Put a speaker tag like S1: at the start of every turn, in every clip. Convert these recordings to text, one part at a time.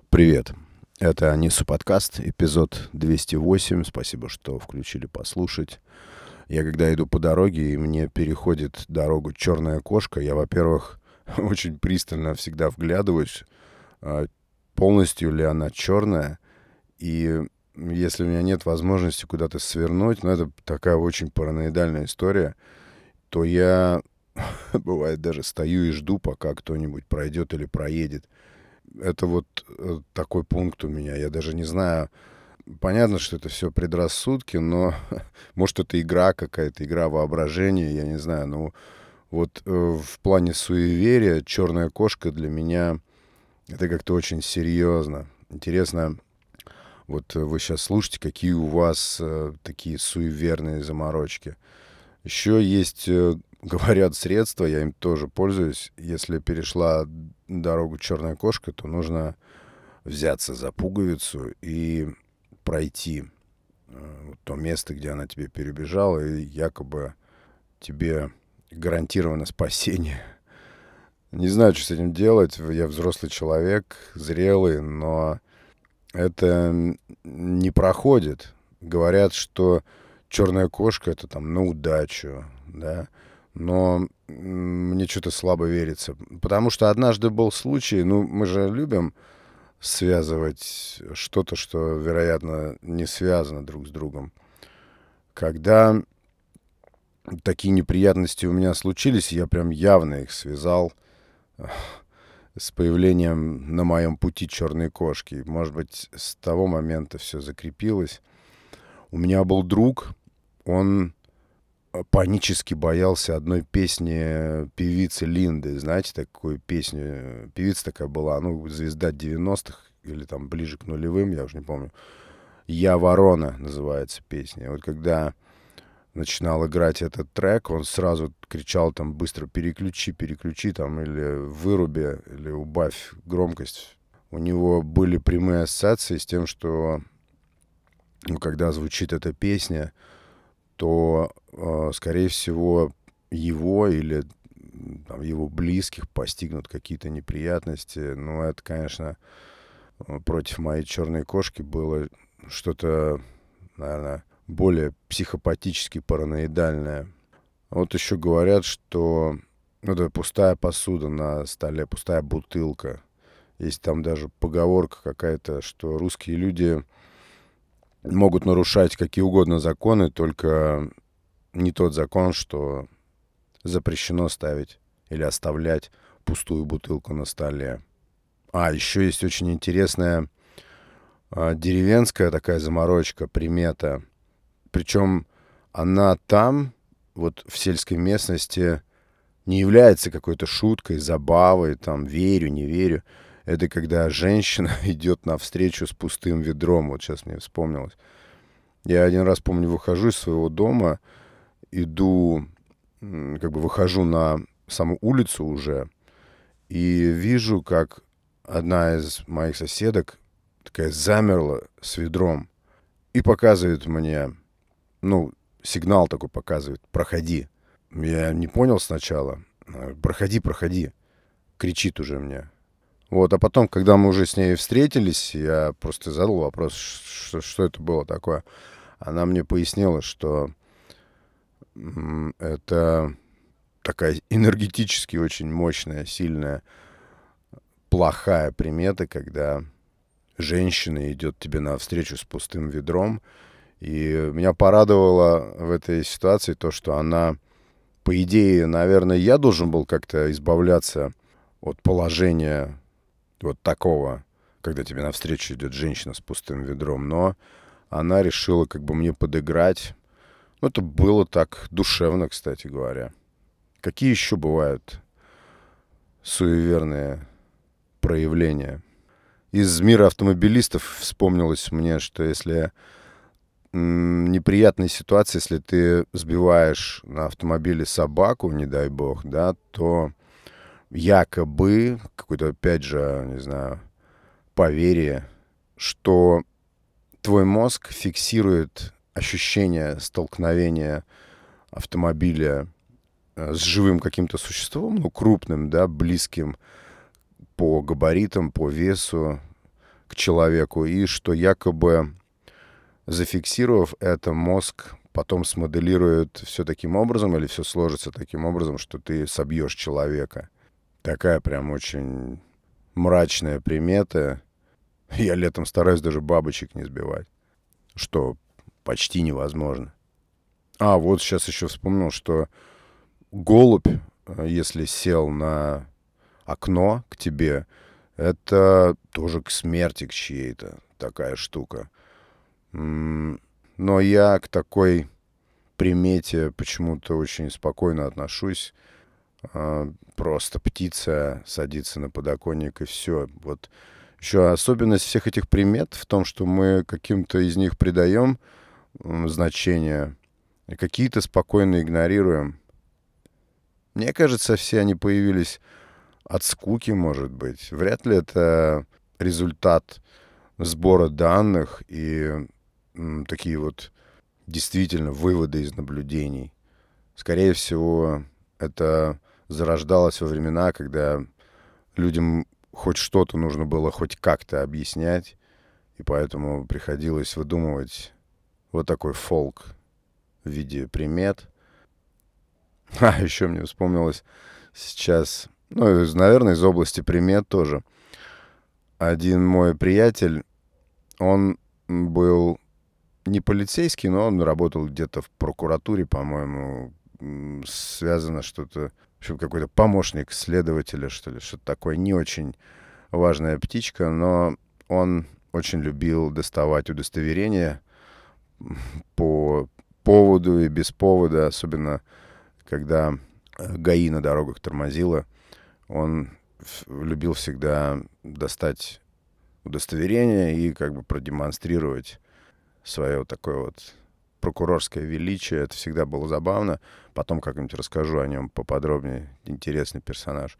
S1: Привет. Это Нису подкаст, эпизод 208. Спасибо, что включили послушать. Я когда иду по дороге, и мне переходит дорогу черная кошка, я, во-первых, очень пристально всегда вглядываюсь, а, полностью ли она черная. И если у меня нет возможности куда-то свернуть, ну, это такая очень параноидальная история, то я, бывает, даже стою и жду, пока кто-нибудь пройдет или проедет. Это вот такой пункт у меня. Я даже не знаю. Понятно, что это все предрассудки, но может это игра какая-то, игра воображения, я не знаю. Но вот в плане суеверия черная кошка для меня это как-то очень серьезно. Интересно, вот вы сейчас слушаете, какие у вас такие суеверные заморочки. Еще есть, говорят, средства, я им тоже пользуюсь. Если перешла дорогу черная кошка, то нужно взяться за пуговицу и пройти вот то место, где она тебе перебежала, и якобы тебе гарантировано спасение. Не знаю, что с этим делать. Я взрослый человек, зрелый, но это не проходит. Говорят, что черная кошка — это там на удачу, да. Но мне что-то слабо верится. Потому что однажды был случай, ну, мы же любим связывать что-то, что, вероятно, не связано друг с другом. Когда такие неприятности у меня случились, я прям явно их связал с появлением на моем пути черной кошки. Может быть, с того момента все закрепилось. У меня был друг, он панически боялся одной песни певицы Линды. Знаете, такую песню? Певица такая была, ну, звезда 90-х или там ближе к нулевым, я уже не помню. «Я ворона» называется песня. Вот когда начинал играть этот трек, он сразу кричал там быстро переключи, переключи там или выруби, или убавь громкость. У него были прямые ассоциации с тем, что ну, когда звучит эта песня, то, скорее всего, его или там, его близких постигнут какие-то неприятности. Ну, это, конечно, против моей черной кошки было что-то, наверное, более психопатически параноидальное. Вот еще говорят, что ну, это пустая посуда на столе, пустая бутылка. Есть там даже поговорка какая-то, что русские люди могут нарушать какие угодно законы, только не тот закон, что запрещено ставить или оставлять пустую бутылку на столе. А, еще есть очень интересная деревенская такая заморочка, примета. Причем она там, вот в сельской местности, не является какой-то шуткой, забавой, там, верю, не верю. Это когда женщина идет навстречу с пустым ведром. Вот сейчас мне вспомнилось. Я один раз, помню, выхожу из своего дома, иду, как бы выхожу на саму улицу уже, и вижу, как одна из моих соседок такая замерла с ведром и показывает мне, ну, сигнал такой показывает, проходи. Я не понял сначала. Проходи, проходи. Кричит уже мне. Вот, а потом, когда мы уже с ней встретились, я просто задал вопрос, что это было такое. Она мне пояснила, что это такая энергетически очень мощная, сильная, плохая примета, когда женщина идет тебе навстречу с пустым ведром. И меня порадовало в этой ситуации то, что она, по идее, наверное, я должен был как-то избавляться от положения вот такого, когда тебе навстречу идет женщина с пустым ведром. Но она решила как бы мне подыграть. Ну, это было так душевно, кстати говоря. Какие еще бывают суеверные проявления? Из мира автомобилистов вспомнилось мне, что если неприятная ситуация, если ты сбиваешь на автомобиле собаку, не дай бог, да, то якобы, какое-то, опять же, не знаю, поверье, что твой мозг фиксирует ощущение столкновения автомобиля с живым каким-то существом, ну, крупным, да, близким по габаритам, по весу, к человеку, и что якобы зафиксировав это, мозг потом смоделирует все таким образом или все сложится таким образом, что ты собьешь человека. Такая прям очень мрачная примета. Я летом стараюсь даже бабочек не сбивать, что почти невозможно. А, вот сейчас еще вспомнил, что голубь, если сел на окно к тебе, это тоже к смерти к чьей-то такая штука. Но я к такой примете почему-то очень спокойно отношусь. Просто птица садится на подоконник, и все. Вот еще особенность всех этих примет в том, что мы каким-то из них придаем значение, и какие-то спокойно игнорируем. Мне кажется, все они появились от скуки, может быть. Вряд ли это результат сбора данных и такие вот действительно выводы из наблюдений. Скорее всего, это зарождалось во времена, когда людям хоть что-то нужно было хоть как-то объяснять, и поэтому приходилось выдумывать вот такой фолк в виде примет. А еще мне вспомнилось сейчас, ну, наверное, из области примет тоже. Один мой приятель, он был не полицейский, но он работал где-то в прокуратуре, по-моему, связано что-то, в общем, какой-то помощник следователя, что ли, что-то такое, не очень важная птичка, но он очень любил доставать удостоверения по поводу и без повода, особенно когда ГАИ на дорогах тормозило. Он любил всегда достать удостоверение и как бы продемонстрировать свое такое вот прокурорское величие. Это всегда было забавно. Потом как-нибудь расскажу о нем поподробнее. Интересный персонаж.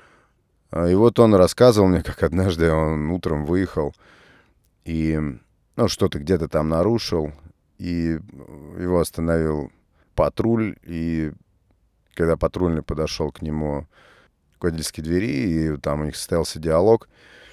S1: И вот он рассказывал мне, как однажды он утром выехал и, ну, что-то где-то там нарушил, и его остановил патруль, и когда патрульный подошел к нему к водительской двери, и там у них состоялся диалог,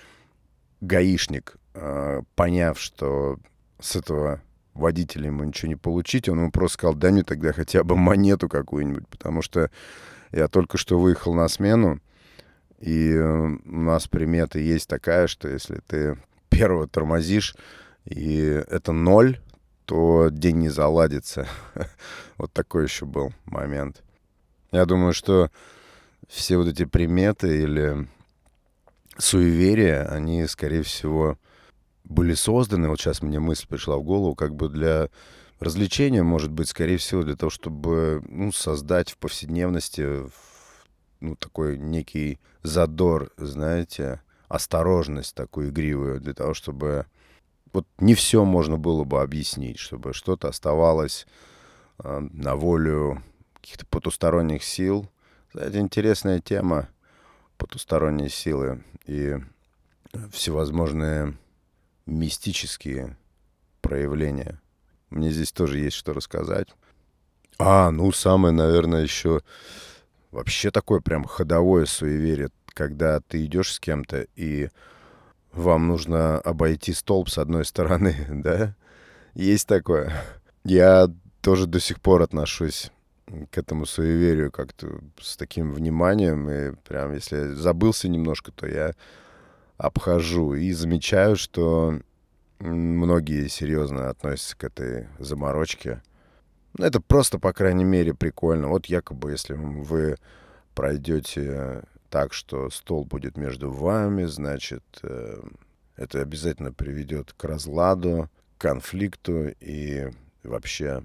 S1: гаишник, поняв, что с этого водителя ему ничего не получить, он ему просто сказал: дай мне тогда хотя бы монету какую-нибудь, потому что я только что выехал на смену, и у нас примета есть такая, что если ты первого тормозишь, и это 0, то день не заладится. Вот такой еще был момент. Я думаю, что все вот эти приметы или суеверия, они, скорее всего, были созданы, вот сейчас мне мысль пришла в голову, как бы для развлечения, может быть, скорее всего, для того, чтобы, ну, создать в повседневности, ну, такой некий задор, знаете, осторожность такую игривую, для того, чтобы вот не все можно было бы объяснить, чтобы что-то оставалось на волю каких-то потусторонних сил. Это интересная тема, потусторонние силы и всевозможные мистические проявления. Мне здесь тоже есть что рассказать. Ну, самое, наверное, еще вообще такое прям ходовое суеверие, когда ты идешь с кем-то, и вам нужно обойти столб с одной стороны, да? Есть такое. Я тоже до сих пор отношусь к этому суеверию как-то с таким вниманием, и прям если забылся немножко, то я обхожу и замечаю, что многие серьезно относятся к этой заморочке. Ну, это просто, по крайней мере, прикольно. Вот якобы, если вы пройдете так, что стол будет между вами, значит, это обязательно приведет к разладу, к конфликту и вообще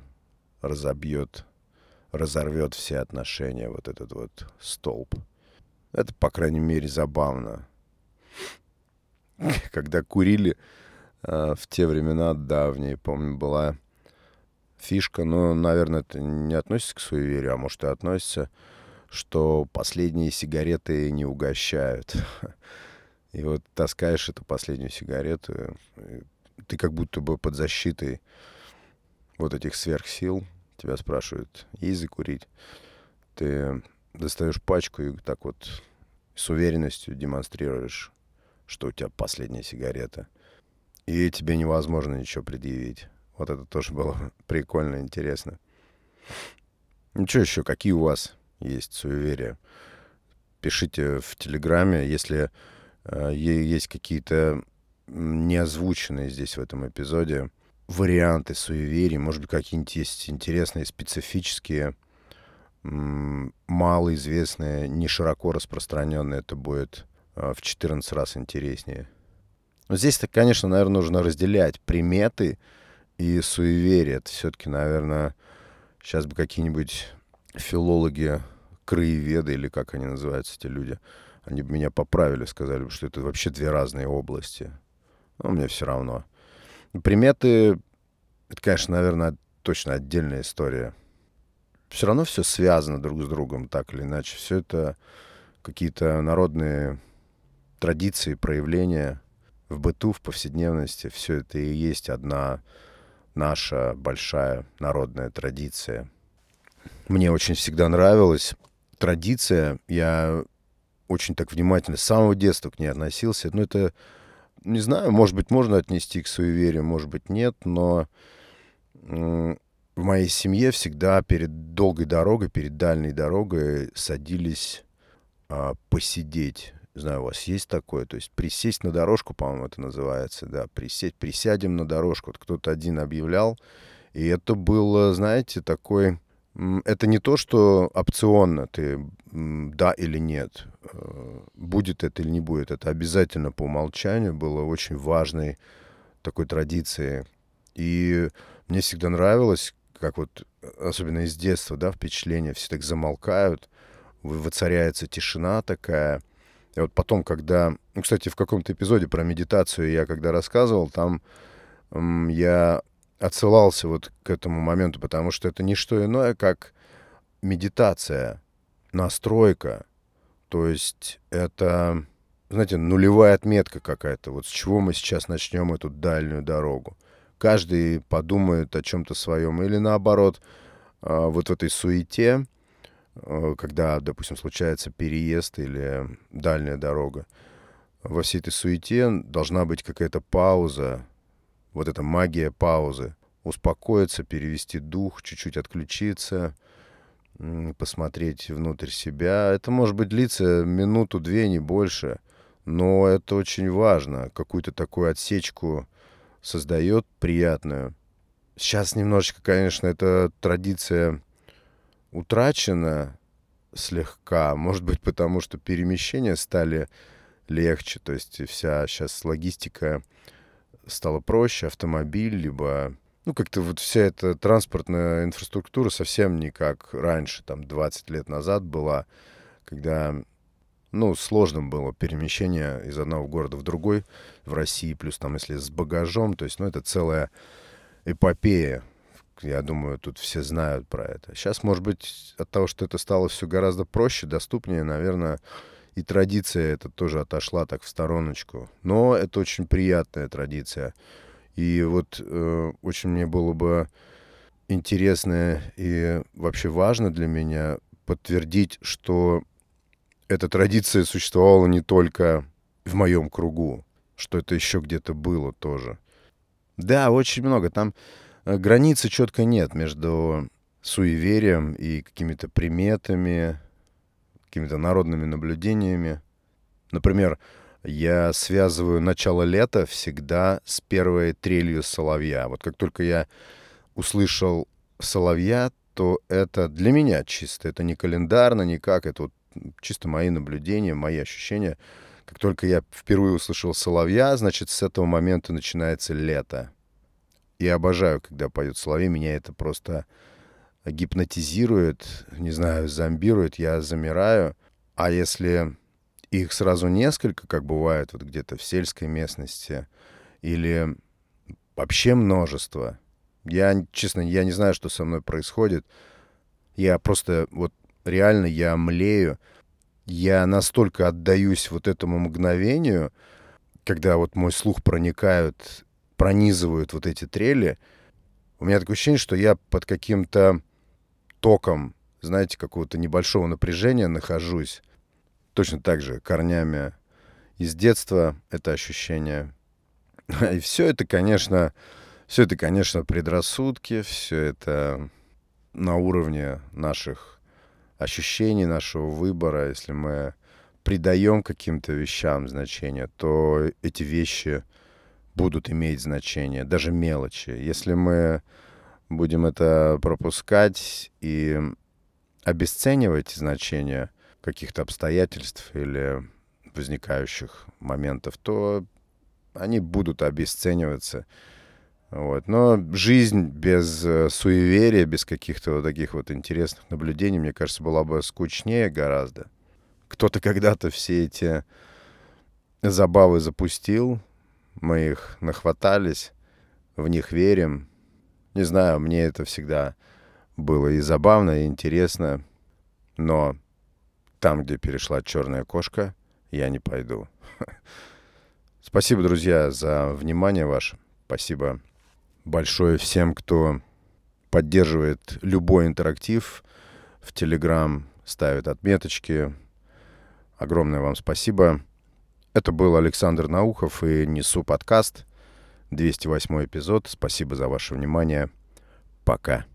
S1: разорвет все отношения, вот этот вот столб. Это, по крайней мере, забавно. Когда курили в те времена давние, помню, была фишка, но, наверное, это не относится к суеверию, а может и относится, что последние сигареты не угощают. И вот таскаешь эту последнюю сигарету, ты как будто бы под защитой вот этих сверхсил. Тебя спрашивают: есть закурить? Ты достаешь пачку и так вот с уверенностью демонстрируешь что у тебя последняя сигарета. И тебе невозможно ничего предъявить. Вот это тоже было прикольно, интересно. Ну что еще, какие у вас есть суеверия? Пишите в Телеграме, если есть какие-то неозвученные здесь в этом эпизоде варианты суеверий, может быть, какие-нибудь есть интересные, специфические, малоизвестные, не широко распространенные, это будет в 14 раз интереснее. Но здесь-то, конечно, наверное, нужно разделять приметы и суеверия. Это все-таки, наверное, сейчас бы какие-нибудь филологи, краеведы, или как они называются, эти люди, они бы меня поправили, сказали бы, что это вообще две разные области. Но мне все равно. Приметы, это, конечно, наверное, точно отдельная история. Все равно все связано друг с другом, так или иначе. Все это какие-то народные традиции, проявления в быту, в повседневности. Все это и есть одна наша большая народная традиция. Мне очень всегда нравилась традиция. Я очень так внимательно с самого детства к ней относился. Ну, это, не знаю, может быть, можно отнести к суеверию, может быть, нет, но в моей семье всегда перед долгой дорогой, перед дальней дорогой садились посидеть. Не знаю, у вас есть такое? То есть присесть на дорожку, по-моему, это называется, да, присядем на дорожку. Вот кто-то один объявлял, и это было, знаете, такой... Это не то, что опционно ты да или нет, будет это или не будет. Это обязательно по умолчанию было очень важной такой традицией. И мне всегда нравилось, как вот, особенно из детства, да, впечатления, все так замолкают, воцаряется тишина такая. И вот потом, когда... Ну, кстати, в каком-то эпизоде про медитацию я когда рассказывал, там я отсылался вот к этому моменту, потому что это не что иное, как медитация, настройка. То есть это, знаете, нулевая отметка какая-то. Вот с чего мы сейчас начнем эту дальнюю дорогу. Каждый подумает о чем-то своем. Или наоборот, вот в этой суете, когда, допустим, случается переезд или дальняя дорога, во всей этой суете должна быть какая-то пауза, вот эта магия паузы. Успокоиться, перевести дух, чуть-чуть отключиться, посмотреть внутрь себя. Это может быть длиться минуту-две, не больше. Но это очень важно. Какую-то такую отсечку создает приятную. Сейчас немножечко, конечно, эта традиция утрачена слегка. Может быть, потому что перемещения стали легче. То есть вся сейчас логистика стала проще. Автомобиль, либо... Ну, как-то вот вся эта транспортная инфраструктура совсем не как раньше, там, 20 лет назад была, когда, ну, сложным было перемещение из одного города в другой в России, плюс там, если с багажом, то есть, ну, это целая эпопея. Я думаю, тут все знают про это. Сейчас, может быть, от того, что это стало все гораздо проще, доступнее, наверное, и традиция эта тоже отошла так в стороночку. Но это очень приятная традиция. И вот очень мне было бы интересно и вообще важно для меня подтвердить, что эта традиция существовала не только в моем кругу, что это еще где-то было тоже. Да, очень много. Там границы четко нет между суеверием и какими-то приметами, какими-то народными наблюдениями. Например, я связываю начало лета всегда с первой трелью соловья. Вот как только я услышал соловья, то это для меня чисто. Это не календарно, никак. Это вот чисто мои наблюдения, мои ощущения. Как только я впервые услышал соловья, значит, с этого момента начинается лето. Я обожаю, когда поют соловей. Меня это просто гипнотизирует, не знаю, зомбирует. Я замираю. А если их сразу несколько, как бывает вот где-то в сельской местности, или вообще множество. Я, честно, я не знаю, что со мной происходит. Я просто, вот реально, я млею. Я настолько отдаюсь вот этому мгновению, когда вот мой слух пронизывают вот эти трели. У меня такое ощущение, что я под каким-то током, знаете, какого-то небольшого напряжения нахожусь. Точно так же корнями из детства это ощущение. И все это, конечно, предрассудки, все это на уровне наших ощущений, нашего выбора. Если мы придаем каким-то вещам значение, то эти вещи будут иметь значение, даже мелочи. Если мы будем это пропускать и обесценивать значение каких-то обстоятельств или возникающих моментов, то они будут обесцениваться. Вот. Но жизнь без суеверия, без каких-то вот таких вот интересных наблюдений, мне кажется, была бы скучнее гораздо. Кто-то когда-то все эти забавы запустил, мы их нахватались, в них верим. Не знаю, мне это всегда было и забавно, и интересно, но там, где перешла черная кошка, я не пойду. Спасибо, друзья, за внимание ваше. Спасибо большое всем, кто поддерживает любой интерактив в Telegram, ставит отметочки. Огромное вам спасибо. Это был Александр Наухов и «Несу подкаст», 208 эпизод. Спасибо за ваше внимание. Пока.